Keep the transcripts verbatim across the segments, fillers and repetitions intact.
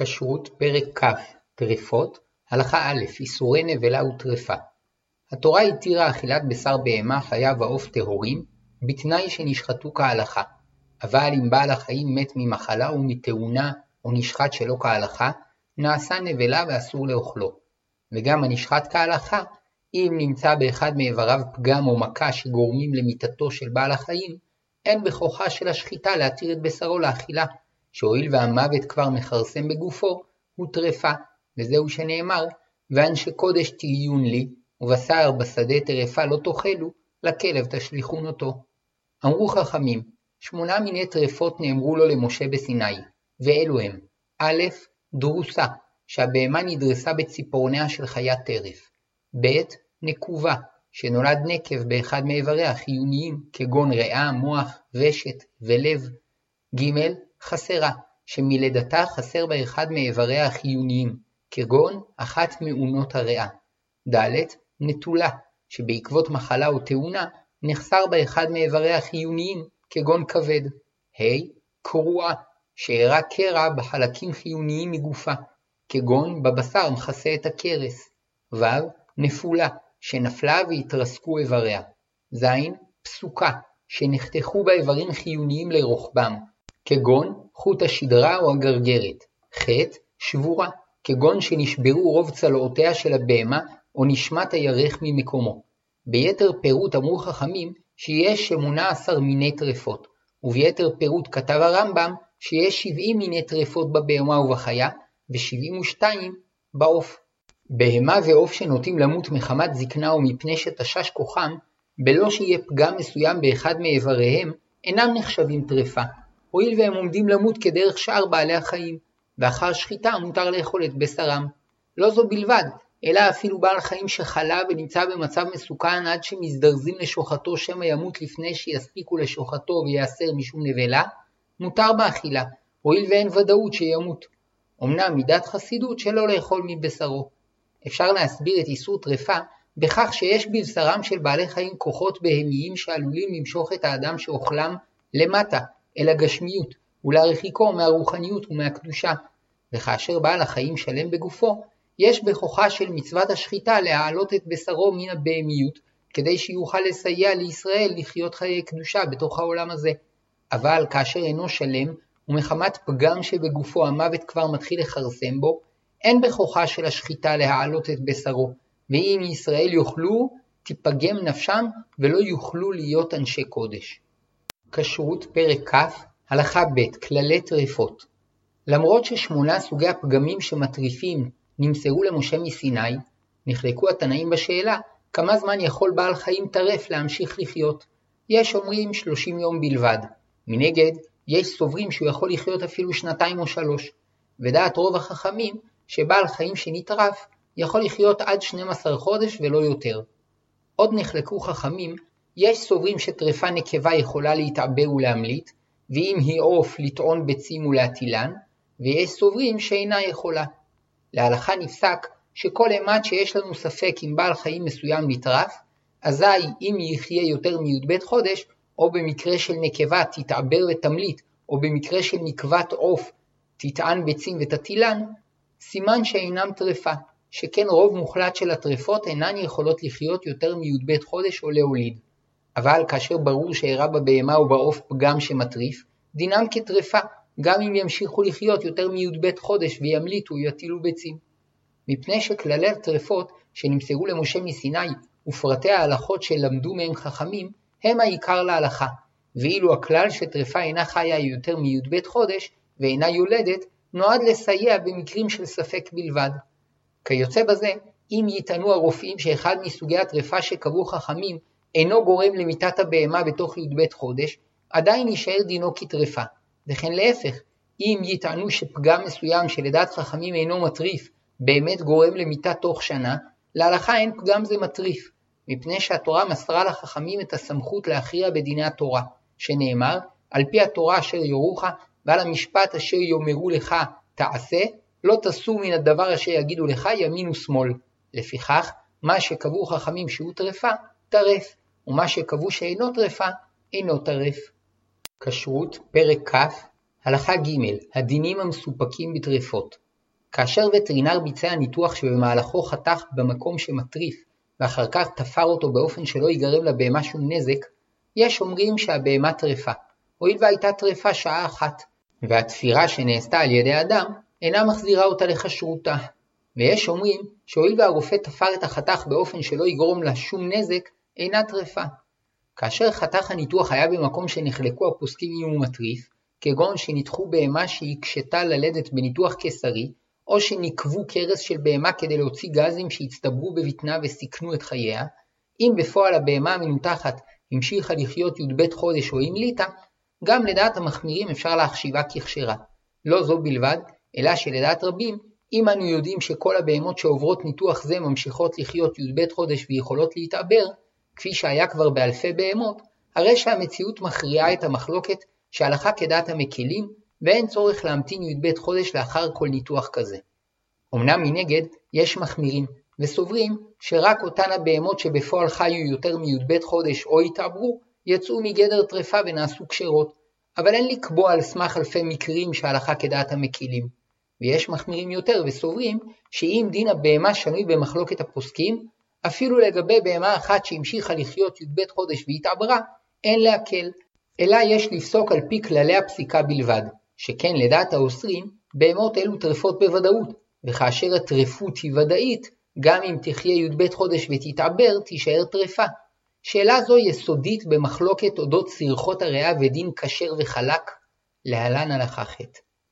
כשרות פרק כ' טרפות הלכה א' איסורי נבלה וטרפה. התורה התירה אכילת בשר בהמה, חיה ועוף טהורים, בתנאי שנשחטו כהלכה. אבל אם בעל החיים מת ממחלה או מתאונה או נשחט שלא כהלכה, נעשה נבלה ואסור לאוכלו. וגם הנשחט כהלכה, אם נמצא באחד מאיבריו פגם או מכה שגורמים למיתתו של בעל החיים, אין בכוחה של השחיטה להתיר את בשרו לאכילה, שהואיל והמוות כבר מכרסם בגופו, הוא טרפה, וזהו שנאמר, ואנשי קודש תהיון לי, ובשר בשדה טרפה לא תאכלו, לכלב תשליכון אותו. אמרו חכמים, שמונה מיני טרפות נאמרו לו למשה בסיני, ואלו הם, א', דרוסה, שהבהמה נדרסה בציפורניה של חיית טרף, ב', נקובה, שנולד נקב באחד מאיבריה החיוניים, כגון ריאה, מוח, ושת ולב, ג', חסרה, שמלידתה חסר בה אחד מאיבריה החיוניים, כגון אחת מאונות הריאה, ד', נטולה, שבעקבות מחלה או תאונה נחסר בה אחד מאיבריה החיוניים, כגון כבד, ה', קרועה, שאירע קרע בחלקים חיוניים מגופה, כגון בבשר מכסה את הקרס, ו', נפולה, שנפלה והתרסקו איבריה, ז', פסוקה, שנחתכו בה איברים חיוניים לרוחבם, כגון חוט השדרה או הגרגרת, ח', שבורה, כגון שנשברו רוב צלעותיה של הבהמה או נשמת הירך ממקומו. ביתר פירוט אמרו חכמים שיש שמונה עשר מיני טרפות, וביתר פירוט כתב הרמב"ם שיש שבעים מיני טרפות בבהמה ובחיה ו-שבעים ושתיים בעוף. בהמה ועוף שנוטים למות מחמת זקנה או מפני שתשש כוחם, בלא שיהיה פגם מסוים באחד מאיבריהם, אינם נחשבים טרפה, הואיל והם עומדים למות כדרך שאר בעלי החיים, ואחר שחיטה מותר לאכול את בשרם. לא זו בלבד, אלא אפילו בעל חיים שחלה ונמצא במצב מסוכן עד שמזדרזים לשוחטו שמא ימות לפני שיספיקו לשוחטו ויאסר משום נבלה, מותר באכילה, הואיל ואין ודאות שימות. אמנם מידת חסידות שלא לאכול מבשרו. אפשר להסביר את איסור טרפה בכך שיש בבשרם של בעלי חיים כוחות בהמיים שעלולים למשוך את האדם שאוכלם למטה, אל הגשמיות, ולהרחיקו מהרוחניות ומהקדושה, וכאשר בעל החיים שלם בגופו, יש בכוחה של מצוות השחיטה להעלות את בשרו מן הבהמיות, כדי שיוכל לסייע לישראל לחיות חיי קדושה בתוך העולם הזה. אבל כאשר אינו שלם, ומחמת פגם שבגופו המוות כבר מתחיל לחרסם בו, אין בכוחה של השחיטה להעלות את בשרו, ואם ישראל יאכלו, תיפגם נפשם ולא יוכלו להיות אנשי קודש. כשרות פרק כ' הלכה ב' כללי טרפות. למרות ששמונה סוגי הפגמים שמטריפים נמסרו למשה מסיני, נחלקו התנאים בשאלה כמה זמן יכול בעל חיים טרף להמשיך לחיות. יש אומרים שלושים יום בלבד, מנגד יש סוברים שהוא יכול לחיות אפילו שנתיים או שלוש, ודעת רוב החכמים שבעל חיים שנטרף יכול לחיות עד שנים עשר חודש ולא יותר. עוד נחלקו חכמים, יש סוברים שטרפה נקבה יכולה להתעבר ולהמליט, ואם היא עוף לטעון ביצים ולהטילן, ויש סוברים שאינה יכולה. להלכה נפסק שכל אימת שיש לנו ספק אם בעל חיים מסוים נטרף, אזי אם יחיה יותר מי"ב חודש, או במקרה של נקבה תתעבר ותמליט, או במקרה של נקבת עוף תטען ביצים ותטילן, סימן שאינם טרפה, שכן רוב מוחלט של הטרפות אינן יכולות לחיות יותר מי"ב חודש או להוליד. אבל כאשר ברור שאירע בבהמה או בעוף פגם שמטריף, דינם כטרפה, גם אם ימשיכו לחיות יותר מי"ב חודש וימליטו יטילו ביצים. מפני שכללי הטרפות שנמסרו למשה מסיני ופרטי ההלכות שלמדו מהם חכמים, הם העיקר להלכה, ואילו הכלל שטרפה אינה חיה יותר מי"ב חודש ואינה יולדת, נועד לסייע במקרים של ספק בלבד. כיוצא בזה, אם יטענו הרופאים שאחד מסוגי הטרפה שקבעו חכמים אינו גורם למיתת הבהמה בתוך י"ב חודש, עדיין יישאר דינו כטרפה. וכן להפך, אם יטענו שפגם מסוים שלדעת חכמים אינו מטריף, באמת גורם למיתה תוך שנה, להלכה אין פגם זה מטריף, מפני שהתורה מסרה לחכמים את הסמכות להכריע בדיני התורה, שנאמר, על פי התורה אשר יורוך, ועל המשפט אשר יאמרו לך תעשה, לא תסור מן הדבר אשר יגידו לך ימין ושמאל. לפיכך, מה שקבעו חכמים שהוא טרפה, טרף, ומה שקבעו שאינו טרפה, אינו טרף. כשרות פרק כ' הלכה ג' הדינים המסופקים בטרפות. כאשר וטרינר ביצע ניתוח שבמהלכו חתך במקום שמטריף, ואחר כך תפר אותו באופן שלא ייגרם לבהמה שום נזק, יש אומרים שהבהמה טרפה, הואיל והייתה טרפה שעה אחת, והתפירה שנעשתה על ידי אדם אינה מחזירה אותה לכשרותה. ויש אומרים שהואיל והרופא תפר את החתך באופן שלא יגרום לה שום נזק, אינה טרפה. כאשר חתך הניתוח היה במקום שנחלקו הפוסקים אם הוא מטריף, כגון שניתחו בהמה שהיא קשתה ללדת בניתוח קיסרי, או שנקבו קרס של בהמה כדי להוציא גזים שהצטברו בבטנה וסיכנו את חייה, אם בפועל הבהמה המנותחת המשיכה לחיות י"ב חודש או המליטה, גם לדעת המחמירים אפשר להחשיבה ככשרה. לא זו בלבד, אלא שלדעת רבים, אם אנו יודעים שכל הבהמות שעוברות ניתוח זה ממשיכות לחיות י"ב חודש ויכולות להתעבר, כפי שהיה כבר באלפי בהמות, הרי שהמציאות מכריעה את המחלוקת שהלכה כדעת המקלים, ואין צורך להמתין י"ב חודש לאחר כל ניתוח כזה. אמנם מנגד, יש מחמירים, וסוברים שרק אותן הבהמות שבפועל חיו יותר מי"ב חודש או התעברו, יצאו מגדר טרפה ונעשו כשרות, אבל אין לקבוע על סמך אלפי מקרים שהלכה כדעת המקלים. ויש מחמירים יותר וסוברים שאם דין הבהמה שנוי במחלוקת הפוסקים, אפילו לגבי בהמה אחת שהמשיכה לחיות י"ב חודש והתעברה, אין להקל, אלא יש לפסוק על פי כללי הפסיקה בלבד, שכן לדעת האוסרים, בהמות אלו טרפות בוודאות, וכאשר הטרפות היא ודאית, גם אם תחיה י"ב חודש ותתעבר, תישאר טרפה. שאלה זו יסודית במחלוקת אודות סרחות הריאה ודין כשר וחלק, להלן הלכה ח'.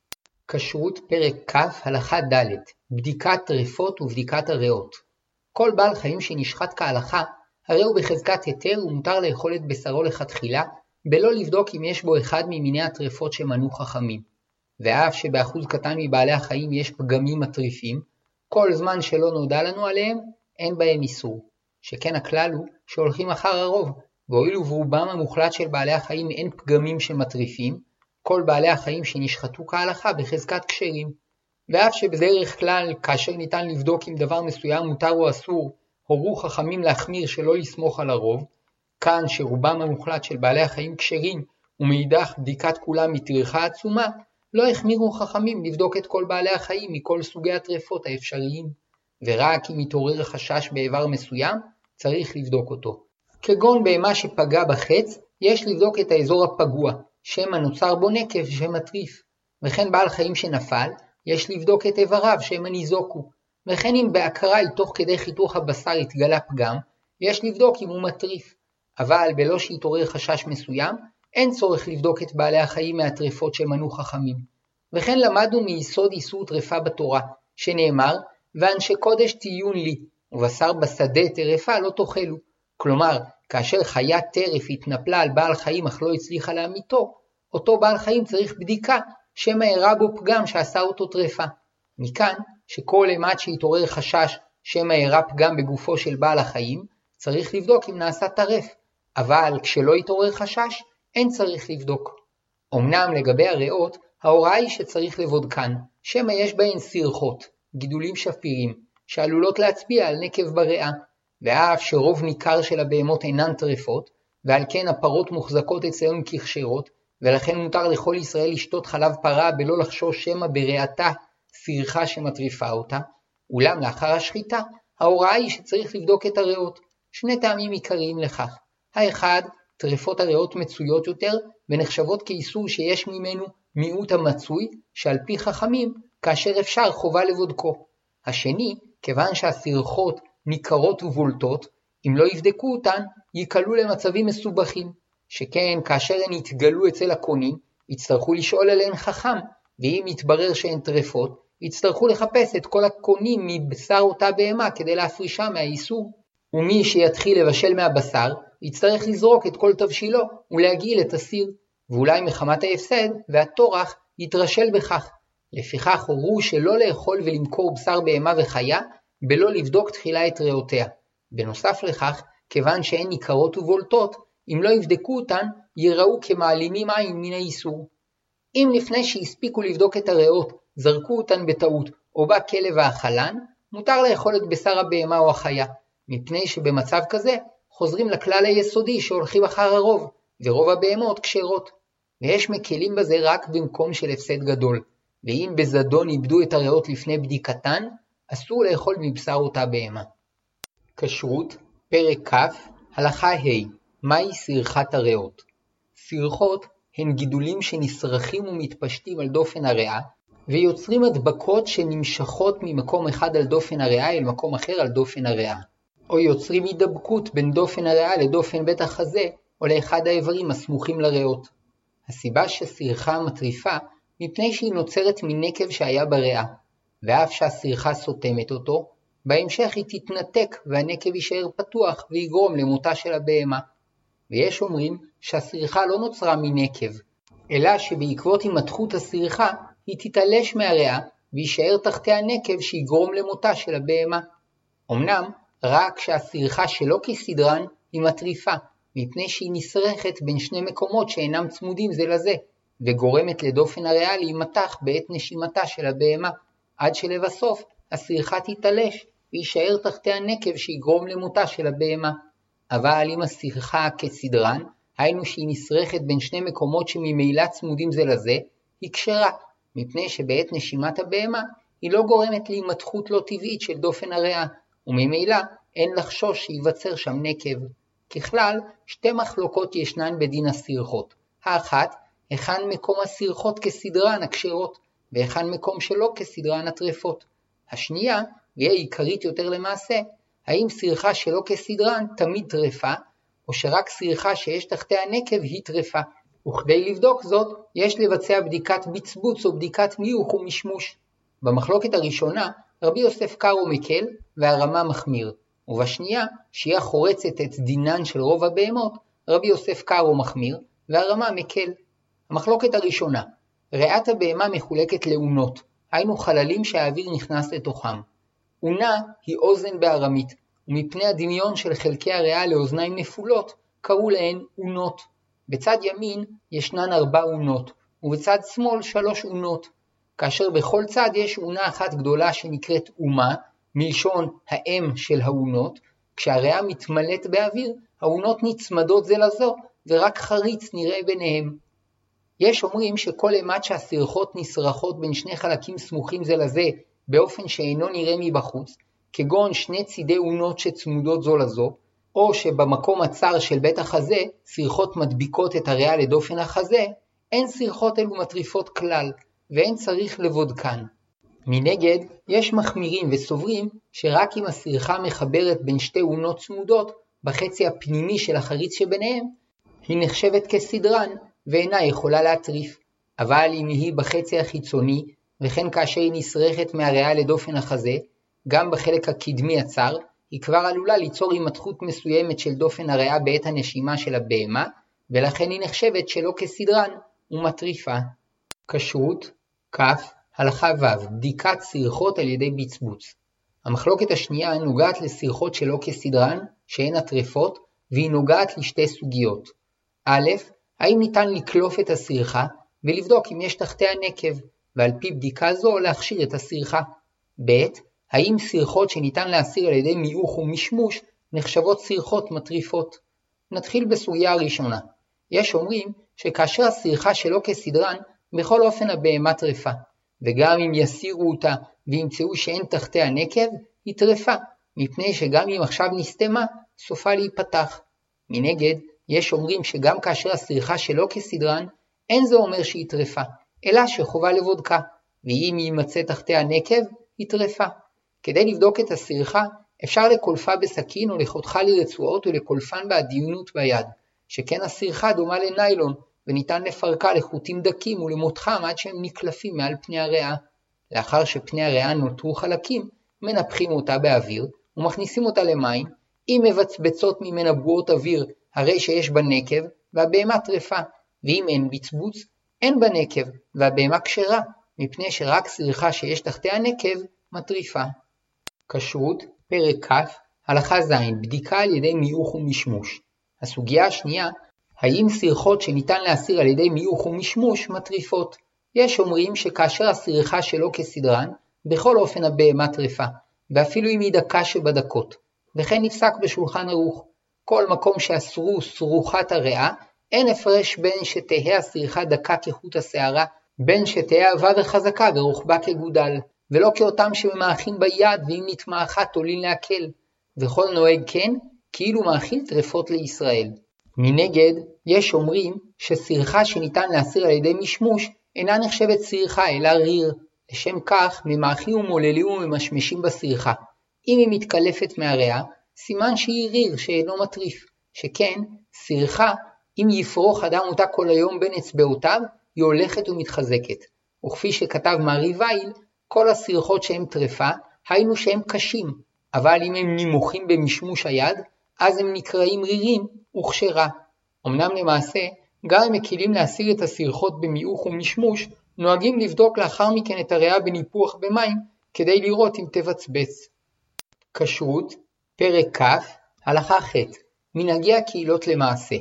כשרות פרק כ' הלכה ד' בדיקת טרפות ובדיקת הריאות. כל בעל חיים שנשחט כהלכה, הרי הוא בחזקת היתר ומותר לאכול את בשרו לכתחילה, בלא לבדוק אם יש בו אחד ממיני הטרפות שמנו חכמים. ואף שבאחוז קטן מבעלי החיים יש פגמים מטריפים, כל זמן שלא נודע לנו עליהם, אין בהם איסור. שכן הכלל הוא שהולכים אחר הרוב, והואילו ברובם המוחלט של בעלי החיים אין פגמים שמטריפים, כל בעלי החיים שנשחטו כהלכה בחזקת כשרים. ואף שבדרך כלל כאשר ניתן לבדוק אם דבר מסוים מותר או אסור, הורו חכמים להחמיר שלא לסמוך על הרוב, כאן שרובם המוחלט של בעלי החיים כשרים ומאידך בדיקת כולם מטרחה עצומה, לא החמירו חכמים לבדוק את כל בעלי החיים מכל סוגי הטרפות האפשריים, ורק אם מתעורר חשש באיבר מסוים, צריך לבדוק אותו. כגון בהמה שפגע בחץ, יש לבדוק את האזור הפגוע, שמא נוצר בו נקב שמטריף. וכן בעל חיים שנפל, יש לבדוק את איבריו שמא ניזוקו. וכן אם באקראי תוך כדי חיתוך הבשר התגלה פגם, יש לבדוק אם הוא מטריף. אבל בלא שהתעורר חשש מסוים, אין צורך לבדוק את בעלי החיים מהטרפות שמנו חכמים. וכן למדנו מיסוד איסור טרפה בתורה, שנאמר, ואנשי קודש תהיון לי, ובשר בשדה טרפה לא תאכלו. כלומר, כאשר חיית טרף התנפלה על בעל חיים אך לא הצליחה להמיתו, אותו בעל חיים צריך בדיקה, שמא אירע בו פגם שעשה אותו טרפה. מכאן, שכל אימת שהתעורר חשש שמא אירע פגם בגופו של בעל החיים, צריך לבדוק אם נעשה טרף. אבל כשלא התעורר חשש, אין צריך לבדוק. אמנם לגבי הריאות, ההוראה היא שצריך לבודקן, שמא יש בהן סרחות, גידולים שפירים, שעלולות להצביע על נקב בריאה, ואף שרוב ניכר של הבהמות אינן טרפות, ועל כן הפרות מוחזקות אצלנו ככשרות, ולכן מותר לכל ישראל לשתות חלב פרה בלא לחשוש שמא בריאתה סרחה שמטריפה אותה, אולם לאחר השחיטה, ההוראה היא שצריך לבדוק את הריאות. שני טעמים עיקריים לכך. האחד, טרפות הריאות מצויות יותר ונחשבות כאיסור שיש ממנו מיעוט המצוי, שעל פי חכמים, כאשר אפשר חובה לבודקו. השני, כיוון שהסרחות ניכרות ובולטות, אם לא יבדקו אותן, ייקלו למצבים מסובכים, שכן כאשר הן יתגלו אצל הקונים, יצטרכו לשאול עליהן חכם, ואם יתברר שהן טרפות, יצטרכו לחפש את כל הקונים מבשר אותה בהמה כדי להפרישה מהאיסור. ומי שיתחיל לבשל מהבשר, יצטרך לזרוק את כל תבשילו ולהגעיל את הסיר, ואולי מחמת ההפסד והטורח יתרשל בכך. לפיכך הורו שלא לאכול ולמכור בשר בהמה וחיה, בלא לבדוק תחילה את ריאותיה. בנוסף לכך, כיוון שהן ניכרות ובולטות, אם לא יבדקו אותן, ייראו כמעלימים עין מן האיסור. אם לפני שהספיקו לבדוק את הריאות, זרקו אותן בטעות, או בא כלב האכלן, מותר לאכול את בשר הבהמה או החיה, מפני שבמצב כזה חוזרים לכלל היסודי שהולכים אחר הרוב, ורוב הבהמות כשרות. ויש מקלים בזה רק במקום של הפסד גדול, ואם בזדון איבדו את הריאות לפני בדיקתן, אסור לאכול מבשר אותה בהמה. כשרות, פרק כ', הלכה ה', מהי סרחת הריאות? סרחות הן גידולים שנסרחים ומתפשטים על דופן הריאה, ויוצרים הדבקות שנמשכות ממקום אחד על דופן הריאה אל מקום אחר על דופן הריאה, או יוצרים הידבקות בין דופן הריאה לדופן בית החזה, או לאחד האיברים הסמוכים לריאות. הסיבה שסרחה מטריפה, מפני שהיא נוצרת מנקב שהיה בריאה, ואף שהסרחה סותמת אותו, בהמשך היא תתנתק והנקב יישאר פתוח ויגרום למותה של הבהמה. ויש אומרים שהסרחה לא נוצרה מנקב, אלא שבעקבות הימתחות הסרחה היא תתעלש מהריאה ויישאר תחתיה נקב שיגרום למותה של הבהמה. אמנם רק שהסרחה שלא כסדרן היא מטריפה, מפני שהיא נסרחת בין שני מקומות שאינם צמודים זה לזה, וגורמת לדופן הריאה להימתח בעת נשימתה של הבהמה, עד שלבסוף הסרחה תתעלש ויישאר תחתיה נקב שיגרום למותה של הבהמה. אבל אם הסרחה כסדרן, היינו שהיא נסרחת בין שני מקומות שממילא צמודים זה לזה, היא כשרה, מפני שבעת נשימת הבהמה היא לא גורמת להימתחות לא טבעית של דופן הריאה, וממילא אין לחשוש שיווצר שם נקב. ככלל, שתי מחלוקות ישנן בדין הסרחות. האחת, היכן מקום הסרחות כסדרן הכשרות, והיכן מקום שלא כסדרן הטרפות. השנייה, והיא העיקרית יותר למעשה, האם סרחה שלא כסדרן תמיד טרפה, או שרק סרחה שיש תחתיה נקב היא טרפה. וכדי לבדוק זאת, יש לבצע בדיקת בצבוץ או בדיקת מיוך ומשמוש. במחלוקת הראשונה, רבי יוסף קארו מקל והרמה מחמיר, ובשנייה, שהיא חורצת את דינן של רוב הבהמות, רבי יוסף קארו מחמיר והרמה מקל. המחלוקת הראשונה, ריאת הבהמה מחולקת לאונות, היינו חללים שהאוויר נכנס לתוכם. אונה היא אוזן בארמית, ומפני הדמיון של חלקי הריאה לאוזניים נפולות, קראו להן אונות. בצד ימין ישנן ארבע אונות, ובצד שמאל שלוש אונות, כאשר בכל צד יש אונה אחת גדולה שנקראת אומה, מלשון האם של האונות. כשהריאה מתמלאת באוויר, האונות נצמדות זה לזו, ורק חריץ נראה ביניהם. יש אומרים שכל אימת שהסרחות נסרחות בין שני חלקים סמוכים זה לזה, באופן שאינו נראה מבחוץ, כגון שני צידי אונות שצמודות זו לזו, או שבמקום הצר של בית החזה, סרחות מדביקות את הריאה לדופן החזה, אין סרחות אלו מטריפות כלל, ואין צריך לבודקן. מנגד, יש מחמירים וסוברים שרק אם הסרחה מחברת בין שתי אונות צמודות, בחצי הפנימי של החריץ שביניהם, היא נחשבת כסדרן ואינה יכולה להטריף. אבל אם היא בחצי החיצוני, וכן כאשר היא נסרחת מהריאה לדופן החזה, גם בחלק הקדמי הצר, היא כבר עלולה ליצור הימתחות מסוימת של דופן הריאה בעת הנשימה של הבהמה, ולכן היא נחשבת שלא כסדרן ומטריפה. כשרות, כ', הלכה ו', בדיקת סרחות על ידי בצבוץ. המחלוקת השנייה נוגעת לסרחות שלא כסדרן, שהן הטרפות, והיא נוגעת לשתי סוגיות. א', האם ניתן לקלוף את הסרחה ולבדוק אם יש תחתיה נקב, ועל פי בדיקה זו להכשיר את הסרחה. ב', האם סרחות שניתן להסיר על ידי מיוך ומשמוש נחשבות סרחות מטריפות. נתחיל בסוגיה הראשונה. יש אומרים שכאשר הסרחה שלא כסדרן, בכל אופן הבהמה טרפה, וגם אם יסירו אותה וימצאו שאין תחתיה נקב, היא טרפה, מפני שגם אם עכשיו נסתמה, סופה להיפתח. מנגד, יש אומרים שגם כאשר הסרחה שלא כסדרן, אין זה אומר שהיא טרפה, אלא שחובה לבודקה, ואם יימצא תחתיה נקב, היא טרפה. כדי לבדוק את הסרחה, אפשר לקולפה בסכין או לחותכה לרצועות ולקולפן בעדינות ביד, שכן הסרחה דומה לניילון, וניתן לפרקה לחוטים דקים ולמותחם עד שהם נקלפים מעל פני הריאה. לאחר שפני הריאה נותרו חלקים, מנפחים אותה באוויר ומכניסים אותה למים. אם מבצבצות ממנה בועות אוויר, הרי שיש בה נקב והבהמה טרפה, ואם אין בצבוץ, אין בה נקב והבהמה כשרה, מפני שרק סרחה שיש תחתיה נקב מטריפה. כשרות, פרק כ', הלכה ז', בדיקה על ידי מיוך ומשמוש. הסוגיה השנייה, האם סרחות שניתן להסיר על ידי מיוך ומשמוש מטריפות? יש אומרים שכאשר הסרחה שלא כסדרן, בכל אופן הבהמה טרפה, ואפילו אם היא דקה שבדקות. וכן נפסק בשולחן ערוך, כל מקום שאסרו סרוחת הריאה, אין הפרש בין שתהא הסרחה דקה כחוט השערה, בין שתהיה עבה וחזקה ורוחבה כגודל, ולא כאותם שממאכין ביד, ואם נתמאכה תולין להקל, וכל נוהג כן, כאילו מאכיל טרפות לישראל. מנגד, יש אומרים שסריחה שניתן להסיר על ידי משמוש, אינה נחשבת סריחה אלא ריר, לשם כך ממאכים ומוללים וממשמשים בסריחה. אם היא מתקלפת מהריאה, סימן שהיא ריר שאינו מטריף, שכן סריחה, אם יפרוך אדם אותה כל היום בין אצבעותיו, היא הולכת ומתחזקת. וכפי שכתב מארי וייל, כל הסריחות שהן טרפה, היינו שהם קשים, אבל אם הם נמוכים במשמוש היד, אז הם נקראים רירים וכשרה. אמנם למעשה, גם הם מקלים להסיר את הסריחות במיעוך ומשמוש, נוהגים לבדוק לאחר מכן את הריאה בניפוח במים, כדי לראות אם תבצבץ. כשרות, פרק כ', הלכה ח', מנהגי הקהילות למעשה.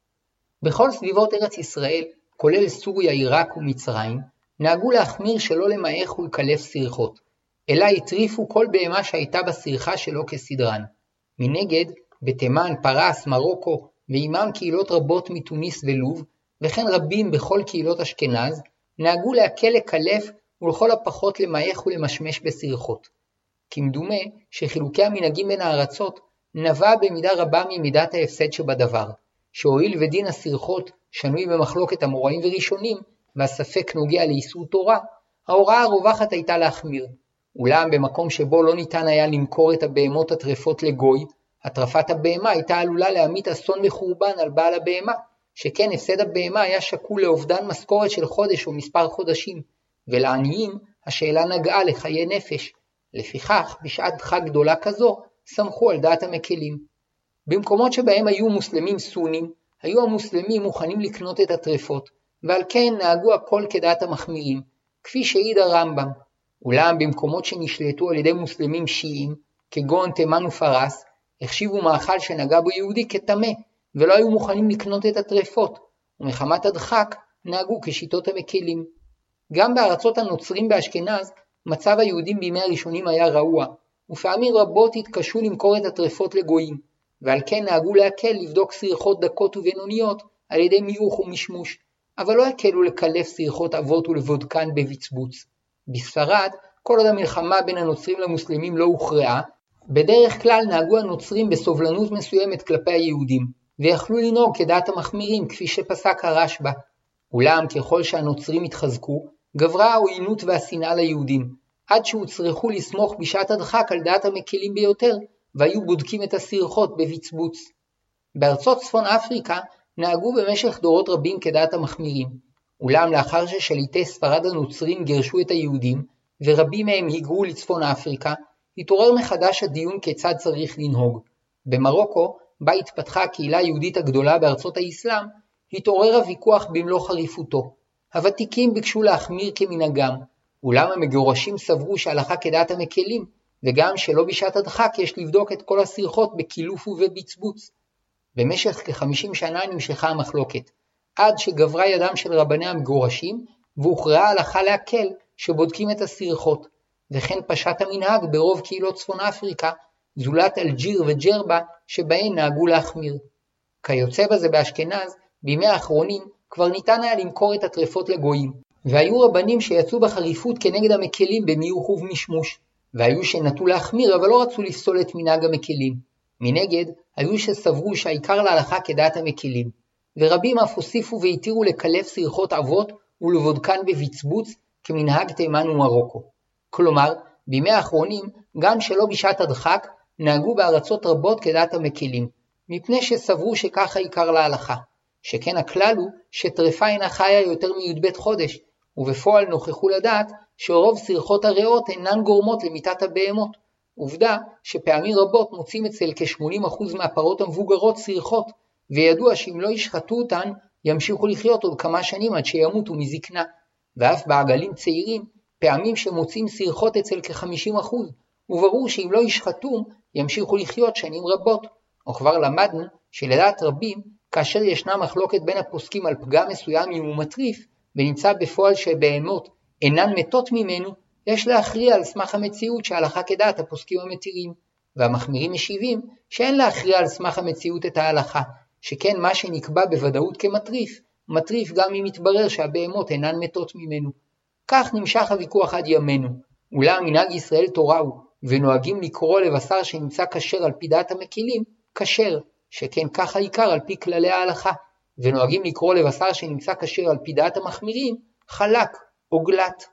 בכל סביבות ארץ ישראל, כולל סוריה, עיראק ומצרים, נהגו להחמיר שלא למעך ולקלף סריחות, אלא הטריפו כל בהמה שהייתה בסריחה שלו כסדרן. מנגד, בתימן, פרס, מרוקו, ועימם קהילות רבות מתוניס ולוב, וכן רבים בכל קהילות אשכנז, נהגו להקל לקלף ולכל הפחות למעך ולמשמש בסריחות. כמדומה שחילוקי המנהגים בין הארצות נבע במידה רבה ממידת ההפסד שבדבר, שהואיל ודין הסריחות שנוי במחלוקת אמוראים וראשונים, והספק נוגע לאיסור תורה, ההוראה הרווחת הייתה להחמיר. אולם במקום שבו לא ניתן היה למכור את הבהמות הטרפות לגוי, הטרפת הבהמה הייתה עלולה להמיט אסון וחורבן על בעל הבהמה, שכן הפסד הבהמה היה שקול לאובדן משכורת של חודש או מספר חודשים, ולעניים השאלה נגעה לחיי נפש. לפיכך, בשעת חג גדולה כזו, סמכו על דעת המקלים. במקומות שבהם היו מוסלמים סונים, היו המוסלמים מוכנים לקנות את הטרפות, ועל כן נהגו הכל כדעת המחמירים, כפי שהעיד הרמב"ם. אולם במקומות שנשלטו על ידי מוסלמים שיעים, כגון תימן ופרס, החשיבו מאכל שנגע בו יהודי כטמא, ולא היו מוכנים לקנות את הטרפות, ומחמת הדחק נהגו כשיטות המקלים. גם בארצות הנוצרים באשכנז, מצב היהודים בימי הראשונים היה רעוע, ופעמים רבות התקשו למכור את הטרפות לגויים, ועל כן נהגו להקל לבדוק סריחות דקות ובינוניות על ידי מיעוך ומשמוש, אבל לא הקלו לקלף סריחות אבות ולבודקן בבצבוץ. בספרד, כל עוד המלחמה בין הנוצרים למוסלמים לא הוכרעה, בדרך כלל נהגו הנוצרים בסובלנות מסוימת כלפי היהודים, ויכלו לנהוג כדעת המחמירים כפי שפסק הרשב"א. אולם ככל שהנוצרים התחזקו, גברה העוינות והשנאה ליהודים, עד שהוצרכו לסמוך בשעת הדחק על דעת המקלים ביותר, והיו בודקים את הסריחות בבצבוץ. בארצות צפון אפריקה נהגו במשך דורות רבים כדעת המחמירים, אולם לאחר ששליטי ספרד הנוצרים גירשו את היהודים, ורבים מהם היגרו לצפון אפריקה, התעורר מחדש הדיון כיצד צריך לנהוג. במרוקו, בה התפתחה הקהילה היהודית הגדולה בארצות האסלאם, התעורר הוויכוח במלוא חריפותו. הוותיקים ביקשו להחמיר כמנהגם, אולם המגורשים סברו שהלכה כדעת המקלים, וגם שלא בשעת הדחק יש לבדוק את כל הסריחות בקילוף ובבצבוץ. במשך כ-חמישים שנה נמשכה המחלוקת, עד שגברה ידם של רבני המגורשים, והוכרעה הלכה להקל שבודקים את הסריחות, וכן פשט המנהג ברוב קהילות צפון אפריקה, זולת אלג'יר וג'רבה שבהן נהגו להחמיר. כיוצא בזה באשכנז, בימי האחרונים כבר ניתן היה למכור את הטרפות לגויים, והיו רבנים שיצאו בחריפות כנגד המקלים במיעוך ובמשמוש, והיו שנטו להחמיר אבל לא רצו לפסול את מנהג המקלים. מנגד, היו שסברו שהעיקר להלכה כדעת המקלים, ורבים אף הוסיפו והתירו לקלף סריחות אבות ולבודקן בבצבוץ כמנהג תימן ומרוקו. כלומר, בימי האחרונים, גם שלא בשעת הדחק, נהגו בארצות רבות כדעת המקלים, מפני שסברו שככה עיקר להלכה. שכן הכלל הוא שטרפה אינה חיה יותר מי"ב חודש, ובפועל נוכחו לדעת שרוב סריחות הריאות אינן גורמות למיתת הבהמות. עובדה שפעמים רבות מוצאים אצל כ-שמונים אחוז מהפרות המבוגרות סריחות, וידוע שאם לא ישחטו אותן, ימשיכו לחיות עוד כמה שנים עד שימותו מזקנה. ואף בעגלים צעירים, פעמים שמוצאים סריחות אצל כ-חמישים אחוז, וברור שאם לא ישחטו, ימשיכו לחיות שנים רבות. וכבר למדנו שלדעת רבים, כאשר ישנה מחלוקת בין הפוסקים על פגם מסוים אם הוא מטריף, ונמצא בפועל שבהמות אינן מתות ממנו, יש להכריע על סמך המציאות שההלכה כדעת הפוסקים המתירים, והמחמירים משיבים שאין להכריע על סמך המציאות את ההלכה, שכן מה שנקבע בוודאות כמטריף, מטריף גם אם יתברר שהבהמות אינן מתות ממנו. כך נמשך הוויכוח עד ימינו. אולם מנהג ישראל תורה הוא, ונוהגים לקרוא לבשר שנמצא כשר על פי דעת המקילים, כשר, שכן כך העיקר על פי כללי ההלכה, ונוהגים לקרוא לבשר שנמצא כשר על פי דעת המחמירים, חלק או גלת.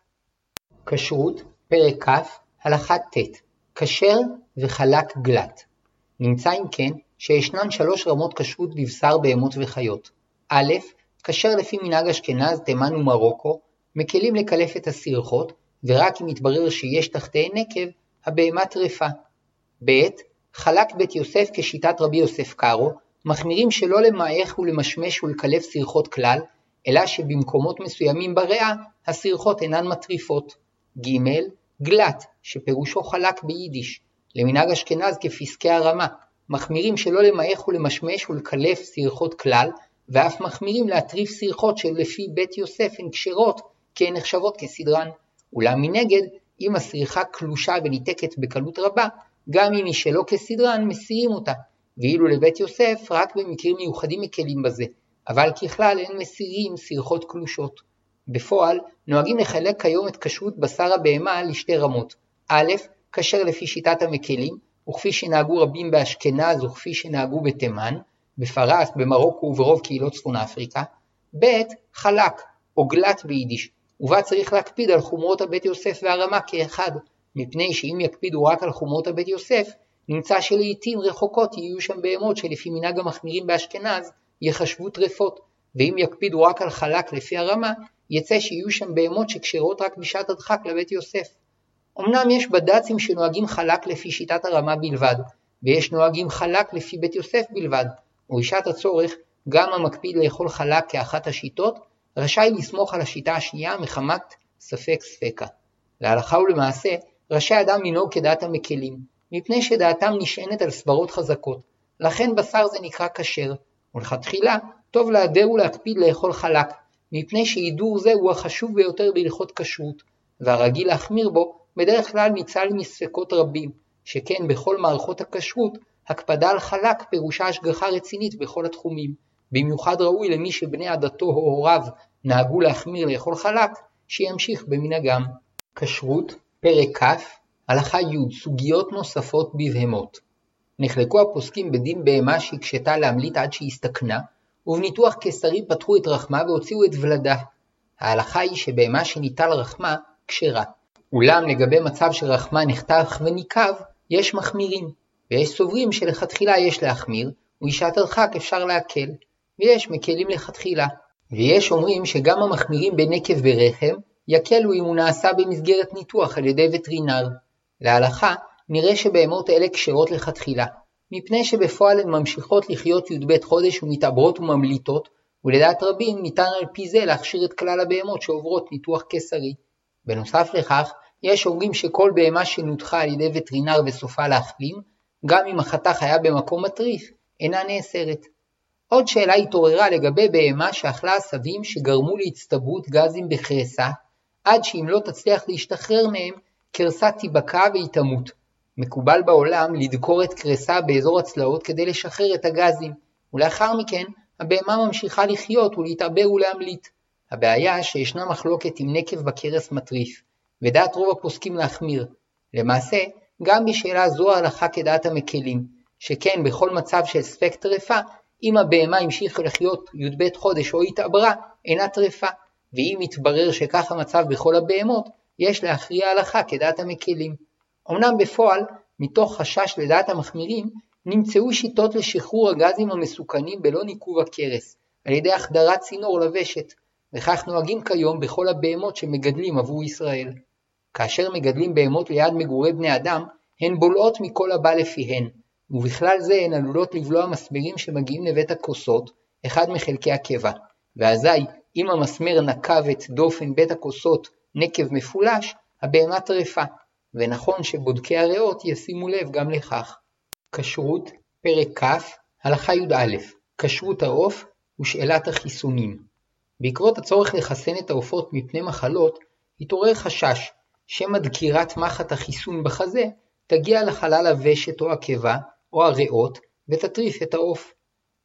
כשרות, פרק כ', הלכה ט', כשר וחלק גלת. נמצא אם כן שישנן שלוש רמות כשרות בבשר בהמות וחיות. א', כשר לפי מנהג אשכנז, תימן ומרוקו, מקלים לקלף את הסרחות, ורק אם יתברר שיש תחתיהן נקב, הבהמה טרפה. ב', חלק בית יוסף כשיטת רבי יוסף קארו, מחמירים שלא למעך ולמשמש ולקלף סרחות כלל, אלא שבמקומות מסוימים בריאה, הסרחות אינן מטריפות. ג', גלת, שפירושו חלק ביידיש, למנהג אשכנז כפסקי הרמה, מחמירים שלא למעך ולמשמש ולקלף סרחות כלל, ואף מחמירים להטריף סרחות שלפי בית יוסף הן כשרות, כי הן נחשבות כסדרן. אולם מנגד, אם הסריחה קלושה וניתקת בקלות רבה, גם אם היא שלא כסדרן, מסירים אותה, ואילו לבית יוסף רק במקרים מיוחדים מקלים בזה, אבל ככלל הן מסירים סרחות קלושות. בפועל, נוהגים לחלק כיום את כשרות בשר הבהמה לשתי רמות. א', כשר לפי שיטת המקלים, וכפי שנהגו רבים באשכנז וכפי שנהגו בתימן, בפרס, במרוקו וברוב קהילות צפון אפריקה. ב', חלק, או גלת ביידיש, ובה צריך להקפיד על חומרות הבית יוסף והרמה כאחד, מפני שאם יקפידו רק על חומרות הבית יוסף, נמצא שלעיתים רחוקות יהיו שם בהמות שלפי מנהג המחמירים באשכנז יחשבו טרפות, ואם יקפידו רק על חלק לפי הרמה, יצא שיהיו שם בהמות שקשרות רק בשעת הדחק לבית יוסף. אמנם יש בד"צים שנוהגים חלק לפי שיטת הרמה בלבד, ויש נוהגים חלק לפי בית יוסף בלבד, ובשעת הצורך גם המקפיד לאכול חלק כאחת השיטות, רשאי לסמוך על השיטה השנייה מחמת ספק ספקה. להלכה ולמעשה, רשאי אדם לנהוג כדעת המקלים, מפני שדעתם נשענת על סברות חזקות, לכן בשר זה נקרא כשר, ולכתחילה טוב להדר ולהקפיד לאכול חלק, מפני שהידור זה הוא החשוב ביותר בהלכות כשרות, והרגיל להחמיר בו בדרך כלל ניצל מספקות רבים, שכן בכל מערכות הכשרות, הקפדה על חלק פירושה השגחה רצינית בכל התחומים, במיוחד ראוי למי שבני עדתו או הוריו נהגו להחמיר לאכול חלק, שימשיך במנהגם. כשרות, פרק כ', הלכה י', סוגיות נוספות בבהמות. נחלקו הפוסקים בדין בהמה שהקשתה להמליט עד שהסתכנה, ובניתוח קיסרי פתחו את רחמה והוציאו את ולדה. ההלכה היא שבהמה שניטל רחמה כשרה. אולם לגבי מצב שרחמה נחתך וניקב, יש מחמירים, ויש סוברים שלכתחילה יש להחמיר, ובשעת הדחק אפשר להקל, ויש מקלים לכתחילה. ויש אומרים שגם המחמירים בנקב ברחם, יקלו אם הוא נעשה במסגרת ניתוח על ידי וטרינר. להלכה נראה שבהמות אלה כשרות לכתחילה, מפני שבפועל הן ממשיכות לחיות י"ב חודש ומתעברות וממליטות, ולדעת רבים ניתן על פי זה להכשיר את כלל הבהמות שעוברות ניתוח קיסרי. בנוסף לכך, יש אומרים שכל בהמה שנותחה על ידי וטרינר וסופה להחלים, גם אם החתך היה במקום מטריף, אינה נאסרת. עוד שאלה התעוררה לגבי בהמה שאכלה עשבים שגרמו להצטברות גזים בקרסה, עד שאם לא תצליח להשתחרר מהם, קרסה תיבקע והיא תמות. מקובל בעולם לדקור את קרסה באזור הצלעות כדי לשחרר את הגזים, ולאחר מכן הבהמה ממשיכה לחיות ולהתעבר ולהמליט. הבעיה שישנה מחלוקת עם נקב בקרס מטריף, ודעת רוב הפוסקים להחמיר. למעשה, גם בשאלה זו ההלכה כדעת המקלים, שכן בכל מצב של ספק טרפה, אם הבהמה המשיכה לחיות י"ב חודש או התעברה, אינה טרפה, ואם יתברר שכך המצב בכל הבהמות, יש להכריע ההלכה כדעת המקלים. אמנם בפועל, מתוך חשש לדעת המחמירים, נמצאו שיטות לשחרור הגזים המסוכנים בלא ניקוב הקרס, על ידי החדרת צינור לוושת, וכך נוהגים כיום בכל הבהמות שמגדלים עבור ישראל. כאשר מגדלים בהמות ליד מגורי בני אדם, הן בולעות מכל הבא לפיהן, ובכלל זה הן עלולות לבלוע מסמרים שמגיעים לבית הכוסות, אחד מחלקי הקבע, ואזי אם המסמר נקב את דופן בית הכוסות נקב מפולש, הבהמה טרפה, ונכון שבודקי הריאות ישימו לב גם לכך. כשרות, פרק כ', הלכה י"א, כשרות העוף ושאלת החיסונים. בעקבות הצורך לחסן את העופות מפני מחלות, התעורר חשש שמא דקירת מחט החיסון בחזה תגיע לחלל הוושט או הקיבה או הריאות ותטריף את העוף.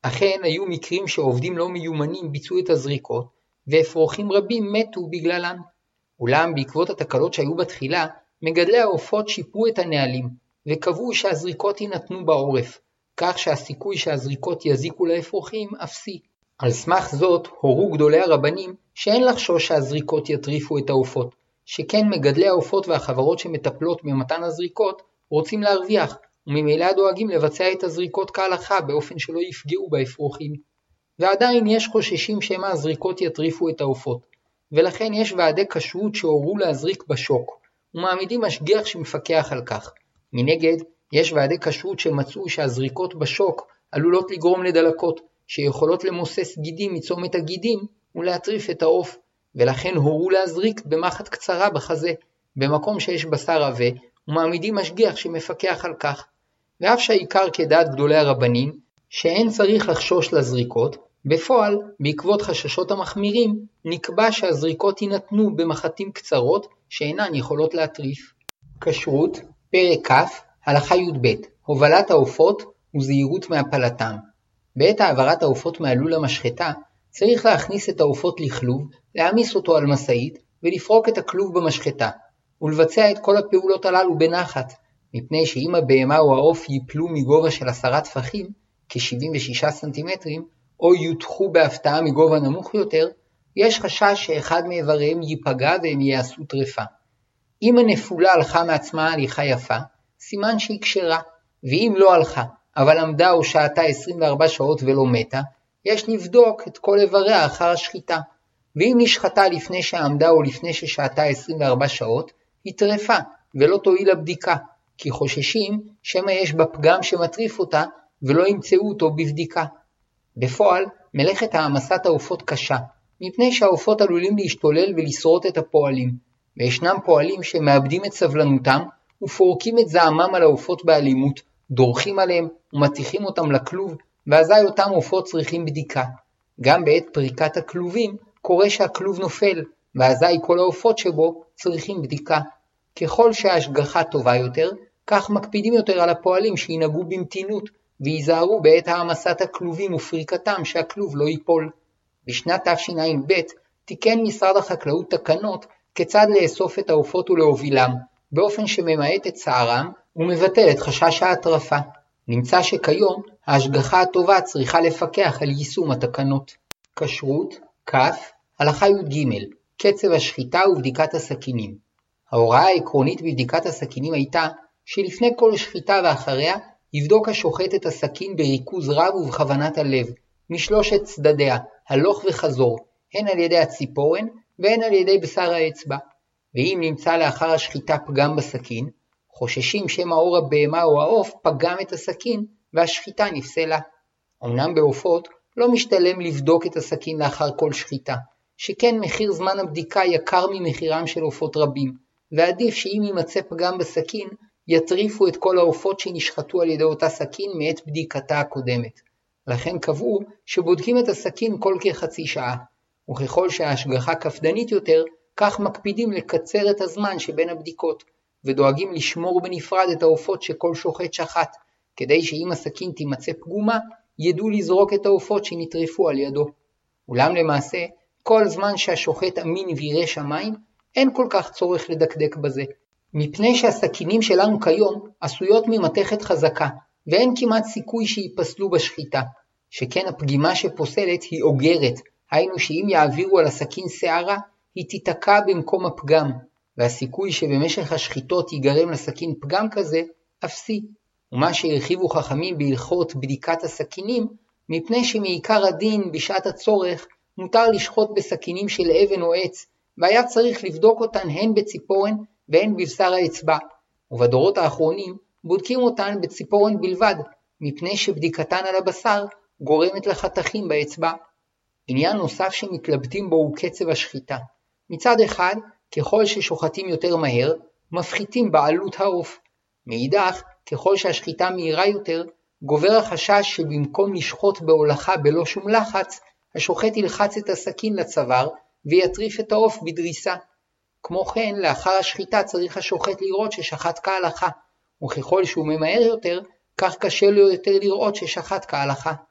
אכן היו מקרים שעובדים לא מיומנים ביצעו את הזריקות, ואפרוחים רבים מתו בגללן. אולם בעקבות התקלות שהיו בתחילה, מגדלי העופות שיפרו את הנהלים, וקבעו שהזריקות יינתנו בעורף, כך שהסיכוי שהזריקות יזיקו לאפרוחים אפסי. על סמך זאת הורו גדולי הרבנים שאין לחשוש שהזריקות יטריפו את העופות, שכן מגדלי העופות והחברות שמטפלות במתן הזריקות רוצים להרוויח, וממילא דואגים לבצע את הזריקות כהלכה באופן שלא יפגעו באפרוחים. ועדיין יש חוששים שמא הזריקות יטריפו את העופות, ולכן יש ועדי כשרות שהורו להזריק בשוק, ומעמידים משגיח שמפקח על כך. מנגד, יש ועדי כשרות שמצאו שהזריקות בשוק עלולות לגרום לדלקות, שיכולות למוסס גידים מצומת הגידים ולהטריף את העוף, ולכן הורו להזריק במחט קצרה בחזה, במקום שיש בשר עבה, ומעמידים משגיח שמפקח על כך. ואף שהעיקר כדעת גדולי הרבנים, שאין צריך לחשוש לזריקות, בפועל, בעקבות חששות המחמירים, נקבע שהזריקות יינתנו במחטים קצרות שאינן יכולות להטריף. כשרות, פרק כ', הלכה י"ב, הובלת העופות וזהירות מהפלתם. בעת העברת העופות מהלול למשחטה, צריך להכניס את העופות לכלוב, להעמיס אותו על משאית ולפרוק את הכלוב במשחטה, ולבצע את כל הפעולות הללו בנחת, מפני שאם הבהמה או העוף ייפלו מגובה של עשרה טפחים, כ-שבעים ושישה סנטימטרים, או יותחו בהפתעה מגובה נמוך יותר, יש חשש שאחד מאיבריהם ייפגע והם יעשו טרפה. אם הנפולה הלכה מעצמה הליכה יפה, סימן שהיא כשרה, ואם לא הלכה, אבל עמדה או שעתה עשרים וארבע שעות ולא מתה, יש לבדוק את כל איבריה אחר השחיטה. ואם נשחטה לפני שעמדה או לפני ששעתה עשרים וארבע שעות, היא טרפה ולא תועיל לבדיקה, כי חוששים שמא יש בה פגם שמטריף אותה ולא ימצאו אותו בבדיקה. בפועל, מלאכת העמסת העופות קשה, מפני שהעופות עלולים להשתולל ולשרוט את הפועלים, וישנם פועלים שמאבדים את סבלנותם ופורקים את זעמם על העופות באלימות, דורכים עליהם ומתיחים אותם לכלוב, ואזי אותם עופות צריכים בדיקה. גם בעת פריקת הכלובים קורה שהכלוב נופל, ואזי כל העופות שבו צריכים בדיקה. ככל שההשגחה טובה יותר, כך מקפידים יותר על הפועלים שינהגו במתינות, ויזהרו בעת העמסת הכלובים ופריקתם שהכלוב לא ייפול. בשנת תשע"ב תיקן משרד החקלאות תקנות כיצד לאסוף את העופות ולהובילם, באופן שממעט את צערם ומבטל את חשש ההטרפה. נמצא שכיום ההשגחה הטובה צריכה לפקח על יישום התקנות. כשרות, כ', הלכה י"ג, קצב השחיטה ובדיקת הסכינים. ההוראה העקרונית בבדיקת הסכינים הייתה שלפני כל שחיטה ואחריה יבדוק השוחט את הסכין בריכוז רב ובכוונת הלב, משלושת צדדיה, הלוך וחזור, הן על ידי הציפורן והן על ידי בשר האצבע. ואם נמצא לאחר השחיטה פגם בסכין, חוששים שמא עור הבהמה או העוף פגם את הסכין והשחיטה נפסלה. אמנם בעופות לא משתלם לבדוק את הסכין לאחר כל שחיטה, שכן מחיר זמן הבדיקה יקר ממחירם של עופות רבים, ועדיף שאם יימצא פגם בסכין, יטריפו את כל העופות שנשחטו על ידי אותה סכין מעת בדיקתה הקודמת. לכן קבעו שבודקים את הסכין כל כחצי שעה, וככל שההשגחה קפדנית יותר, כך מקפידים לקצר את הזמן שבין הבדיקות, ודואגים לשמור בנפרד את העופות שכל שוחט שחט, כדי שאם הסכין תימצא פגומה, ידעו לזרוק את העופות שנטרפו על ידו. אולם למעשה, כל זמן שהשוחט אמין וירא שמיים, אין כל כך צורך לדקדק בזה, מפני שהסכינים שלנו כיום עשויות ממתכת חזקה, ואין כמעט סיכוי שיפסלו בשחיטה, שכן הפגימה שפוסלת היא אוגרת, היינו שאם יעבירו על הסכין שערה, היא תיתקע במקום הפגם, והסיכוי שבמשך השחיטות ייגרם לסכין פגם כזה, אפסי. ומה שהרחיבו חכמים בהלכות בדיקת הסכינים, מפני שמעיקר הדין בשעת הצורך מותר לשחוט בסכינים של אבן או עץ, והיה צריך לבדוק אותן הן בציפורן והן בבשר האצבע, ובדורות האחרונים בודקים אותן בציפורן בלבד, מפני שבדיקתן על הבשר גורמת לחתכים באצבע. עניין נוסף שמתלבטים בו הוא קצב השחיטה. מצד אחד, ככל ששוחטים יותר מהר, מפחיתים בעלות העוף. מאידך, ככל שהשחיטה מהירה יותר, גובר החשש שבמקום לשחוט בהולכה בלא שום לחץ, השוחט ילחץ את הסכין לצוואר ויטריף את העוף בדריסה. כמו כן, לאחר השחיטה צריך השוחט לראות ששחט כהלכה, וככל שהוא ממהר יותר, כך קשה לו יותר לראות ששחט כהלכה.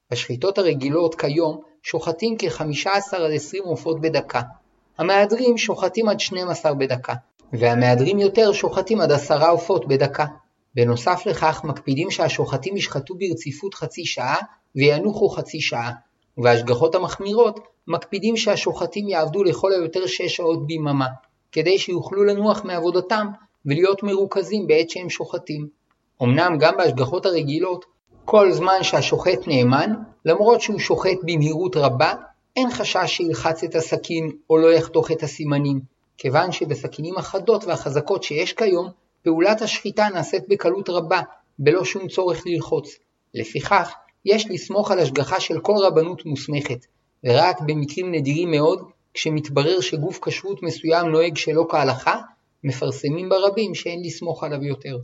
בשחיטות הרגילות כיום שוחטים כ-חמש עשרה עד עשרים עופות בדקה. המהדרים שוחטים עד שנים עשר בדקה, והמהדרים יותר שוחטים עד עשרה עופות בדקה. בנוסף לכך מקפידים שהשוחטים ישחטו ברציפות חצי שעה וינוחו חצי שעה, ובהשגחות המחמירות מקפידים שהשוחטים יעבדו לכל היותר שש שעות ביממה, כדי שיוכלו לנוח מעבודתם ולהיות מרוכזים בעת שהם שוחטים. אמנם גם בהשגחות הרגילות, כל זמן שהשוחט נאמן, למרות שהוא שוחט במהירות רבה, אין חשש שילחץ את הסכין או לא יחתוך את הסימנים, כיוון שבסכינים החדות והחזקות שיש כיום, פעולת השחיטה נעשית בקלות רבה, בלא שום צורך ללחוץ. לפיכך, יש לסמוך על השגחה של כל רבנות מוסמכת, ורק במקרים נדירים מאוד, כשמתברר שגוף כשרות מסוים נוהג שלא כהלכה, מפרסמים ברבים שאין לסמוך עליו יותר.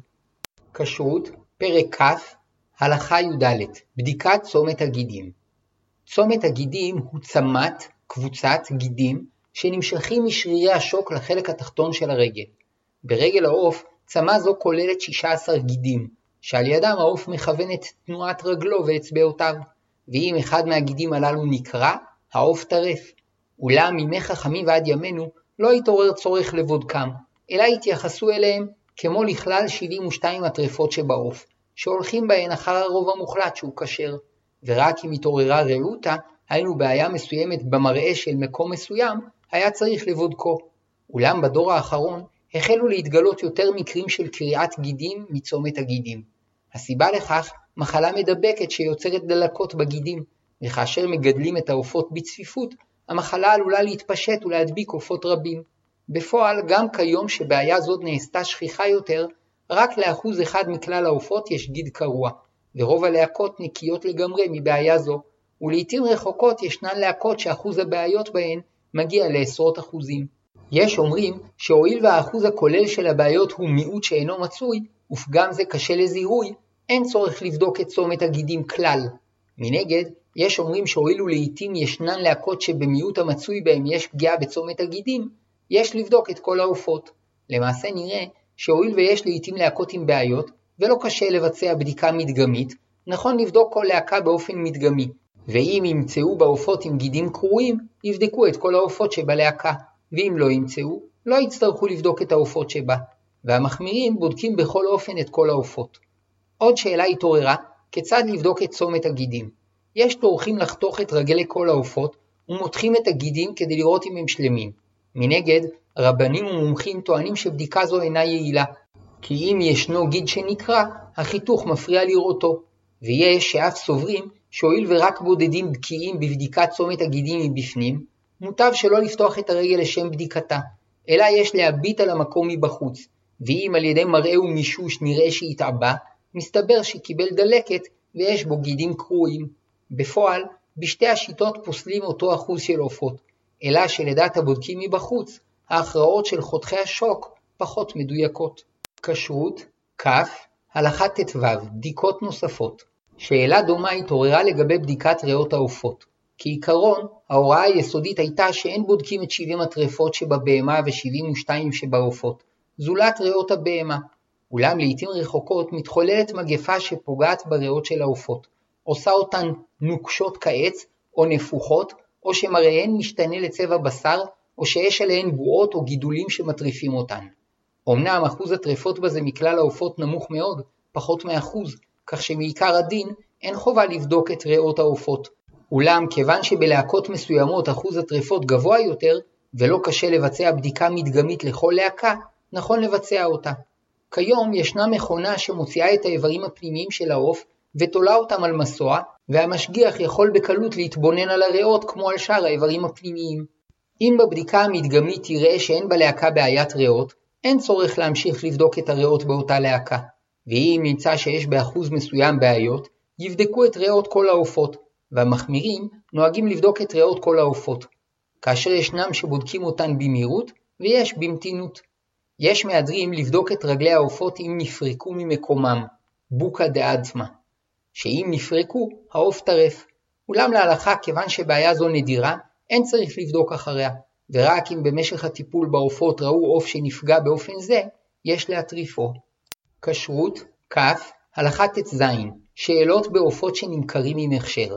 כשרות, פרק כ', הלכה י"ד, בדיקת צומת הגידים. צומת הגידים הוא צמת, קבוצת גידים, שנמשכים משרירי השוק לחלק התחתון של הרגל. ברגל העוף, צמה זו כוללת שישה עשר גידים, שעל ידם העוף מכוון את תנועת רגלו ואצבעותיו, ואם אחד מהגידים הללו נקרע, העוף טרף. אולם מימי חכמים ועד ימינו לא התעורר צורך לבודקם, אלא התייחסו אליהם כמו לכלל שבעים ושתיים הטרפות שבעוף, שהולכים בהן אחר הרוב המוחלט שהוא כשר, ורק אם התעוררה רעותה, היינו בעיה מסוימת במראה של מקום מסוים, היה צריך לבודקו. אולם בדור האחרון החלו להתגלות יותר מקרים של קריעת גידים מצומת הגידים. הסיבה לכך מחלה מדבקת שיוצרת דלקות בגידים, וכאשר מגדלים את העופות בצפיפות, המחלה עלולה להתפשט ולהדביק עופות רבים. בפועל, גם כיום שבעיה זאת נעשתה שכיחה יותר, רק לאחוז אחד מכלל העופות יש גיד קרוע, ורוב הלהקות נקיות לגמרי מבעיה זו, ולעיתים רחוקות ישנן להקות שאחוז הבעיות בהן מגיע לעשרות אחוזים. יש אומרים שהואיל והאחוז הכולל של הבעיות הוא מיעוט שאינו מצוי, ופגם זה קשה לזיהוי, אין צורך לבדוק את צומת הגידים כלל. מנגד, יש אומרים שהואילו לעיתים ישנן להקות שבמיעוט המצוי בהם יש פגיעה בצומת הגידים, יש לבדוק את כל העופות. למעשה נראה שהואיל ויש לעיתים להקות עם בעיות, ולא קשה לבצע בדיקה מדגמית, נכון לבדוק כל להקה באופן מדגמי, ואם ימצאו בעופות עם גידים קרועים, יבדקו את כל העופות שבלהקה, ואם לא ימצאו, לא יצטרכו לבדוק את העופות שבה, והמחמירים בודקים בכל אופן את כל העופות. עוד שאלה התעוררה, כיצד לבדוק את צומת הגידים? יש טורחים לחתוך את רגלי כל העופות, ומותחים את הגידים כדי לראות אם הם שלמים. מנגד, רבנים ומומחים טוענים שבדיקה זו אינה יעילה, כי אם ישנו גיד שנקרע, החיתוך מפריע לראותו, ויש שאף סוברים שהואיל ורק בודדים בקיאים בבדיקת צומת הגידים מבפנים, מוטב שלא לפתוח את הרגל לשם בדיקתה, אלא יש להביט על המקום מבחוץ, ואם על ידי מראה ומישוש נראה שהתעבה, מסתבר שקיבל דלקת ויש בו גידים קרועים. בפועל, בשתי השיטות פוסלים אותו אחוז של עופות, אלא שלדעת הבודקים מבחוץ, ההכרעות של חותכי השוק פחות מדויקות. כשרות, כ', הלכה ט"ו, בדיקות נוספות. שאלה דומה התעוררה לגבי בדיקת ריאות העופות. כעיקרון, ההוראה היסודית הייתה שאין בודקים את שבעים הטרפות שבבהמה ו-שבעים ושתיים שבעופות, זולת ריאות הבהמה. אולם לעתים רחוקות מתחוללת מגפה שפוגעת בריאות של העופות, עושה אותן נוקשות כעץ או נפוחות, או שמראיהן משתנה לצבע בשר, או שיש עליהן בועות או גידולים שמטריפים אותן. אמנם אחוז הטרפות בזה מכלל העופות נמוך מאוד, פחות מאחוז, כך שמעיקר הדין אין חובה לבדוק את ריאות העופות. אולם כיוון שבלהקות מסוימות אחוז הטרפות גבוה יותר, ולא קשה לבצע בדיקה מדגמית לכל להקה, נכון לבצע אותה. כיום ישנה מכונה שמוציאה את האיברים הפנימיים של העוף, ותולה אותם על מסוע, והמשגיח יכול בקלות להתבונן על הריאות כמו על שאר האיברים הפנימיים. אם בבדיקה המדגמית יראה שאין בלהקה בעיית ריאות, אין צורך להמשיך לבדוק את הריאות באותה להקה, ואם נמצא שיש באחוז מסוים בעיות, יבדקו את ריאות כל העופות, והמחמירים נוהגים לבדוק את ריאות כל העופות, כאשר ישנם שבודקים אותן במהירות ויש במתינות. יש מהדרים לבדוק את רגלי העופות אם נפרקו ממקומם, בוקה דעצמה, שאם נפרקו, העוף טרף. אולם להלכה, כיוון שבעיה זו נדירה, אין צריך לבדוק אחריה, ורק אם במשך הטיפול בעופות ראו עוף שנפגע באופן זה, יש להטריפו. כשרות, כ', הלכה ט"ז, שאלות בעופות שנמכרים עם הכשר.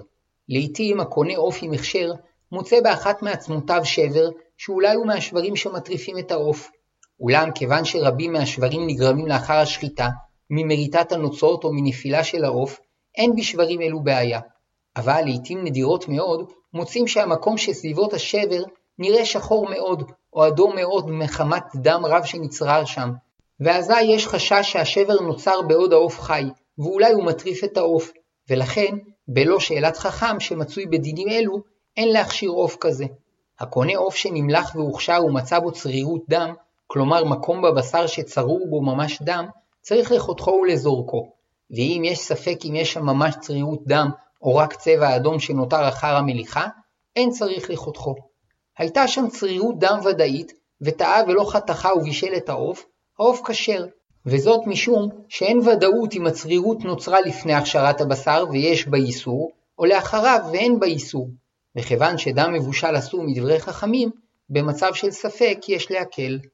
לעתים הקונה עוף עם הכשר מוצא באחת מעצמותיו שבר שאולי הוא מהשברים שמטריפים את העוף. אולם כיוון שרבים מהשברים נגרמים לאחר השחיטה, ממריטת הנוצות או מנפילה של העוף, אין בשברים אלו בעיה. אבל לעתים נדירות מאוד מוצאים שהמקום שסביבות השבר נראה שחור מאוד או אדום מאוד מחמת דם רב שנצרר שם, ואזי יש חשש שהשבר נוצר בעוד העוף חי, ואולי הוא מטריף את העוף, ולכן בלא שאלת חכם שמצוי בדינים אלו אין להכשיר עוף כזה. הקונה עוף שנמלח והוכשר ומצא בו צרירות דם, כלומר מקום בבשר שצרור בו ממש דם, צריך לחותכו ולזורקו, ואם יש ספק אם יש שם ממש צרירות דם או רק צבע אדום שנותר אחר המליחה, אין צריך לחותכו. הייתה שם צרירות דם ודאית, וטעה ולא חתכה ובישל את העוף, העוף כשר, וזאת משום שאין ודאות אם הצרירות נוצרה לפני הכשרת הבשר ויש בה איסור, או לאחריו ואין בה איסור. וכיוון שדם מבושל אסור מדברי חכמים, במצב של ספק יש להקל.